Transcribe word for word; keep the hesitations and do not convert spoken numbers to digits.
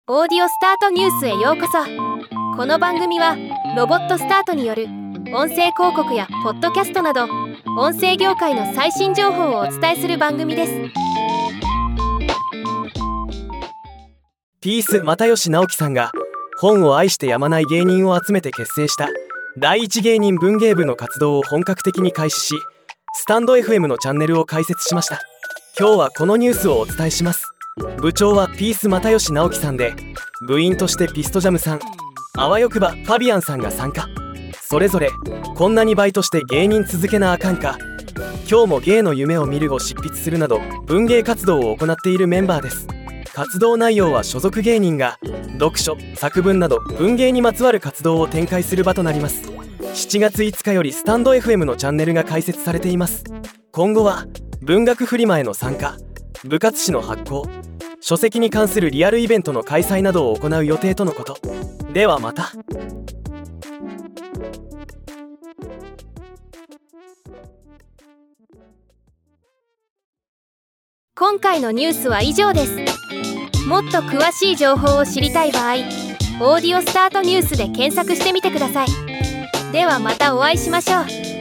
オーディオスタートニュースへようこそ。この番組はロボットスタートによる音声広告やポッドキャストなど音声業界の最新情報をお伝えする番組です。 ピース又吉直樹さんが本を愛してやまない芸人を集めて結成した第一芸人文芸部の活動を本格的に開始し、スタンド エフエム のチャンネルを開設しました。今日はこのニュースをお伝えします。部長はピース又吉直樹さんで、部員としてピストジャムさん、あわよくばファビアンさんが参加。それぞれこんなにバイトして芸人続けなあかんか、今日も芸の夢を見るを執筆するなど文芸活動を行っているメンバーです。活動内容は所属芸人が読書、作文など文芸にまつわる活動を展開する場となります。しちがついつかよりスタンド エフエム のチャンネルが開設されています。今後は文学フリマへの参加、部活誌の発行、書籍に関するリアルイベントの開催などを行う予定とのこと。ではまた。 今回のニュースは以上です。もっと詳しい情報を知りたい場合、オーディオスタートニュースで検索してみてください。ではまたお会いしましょう。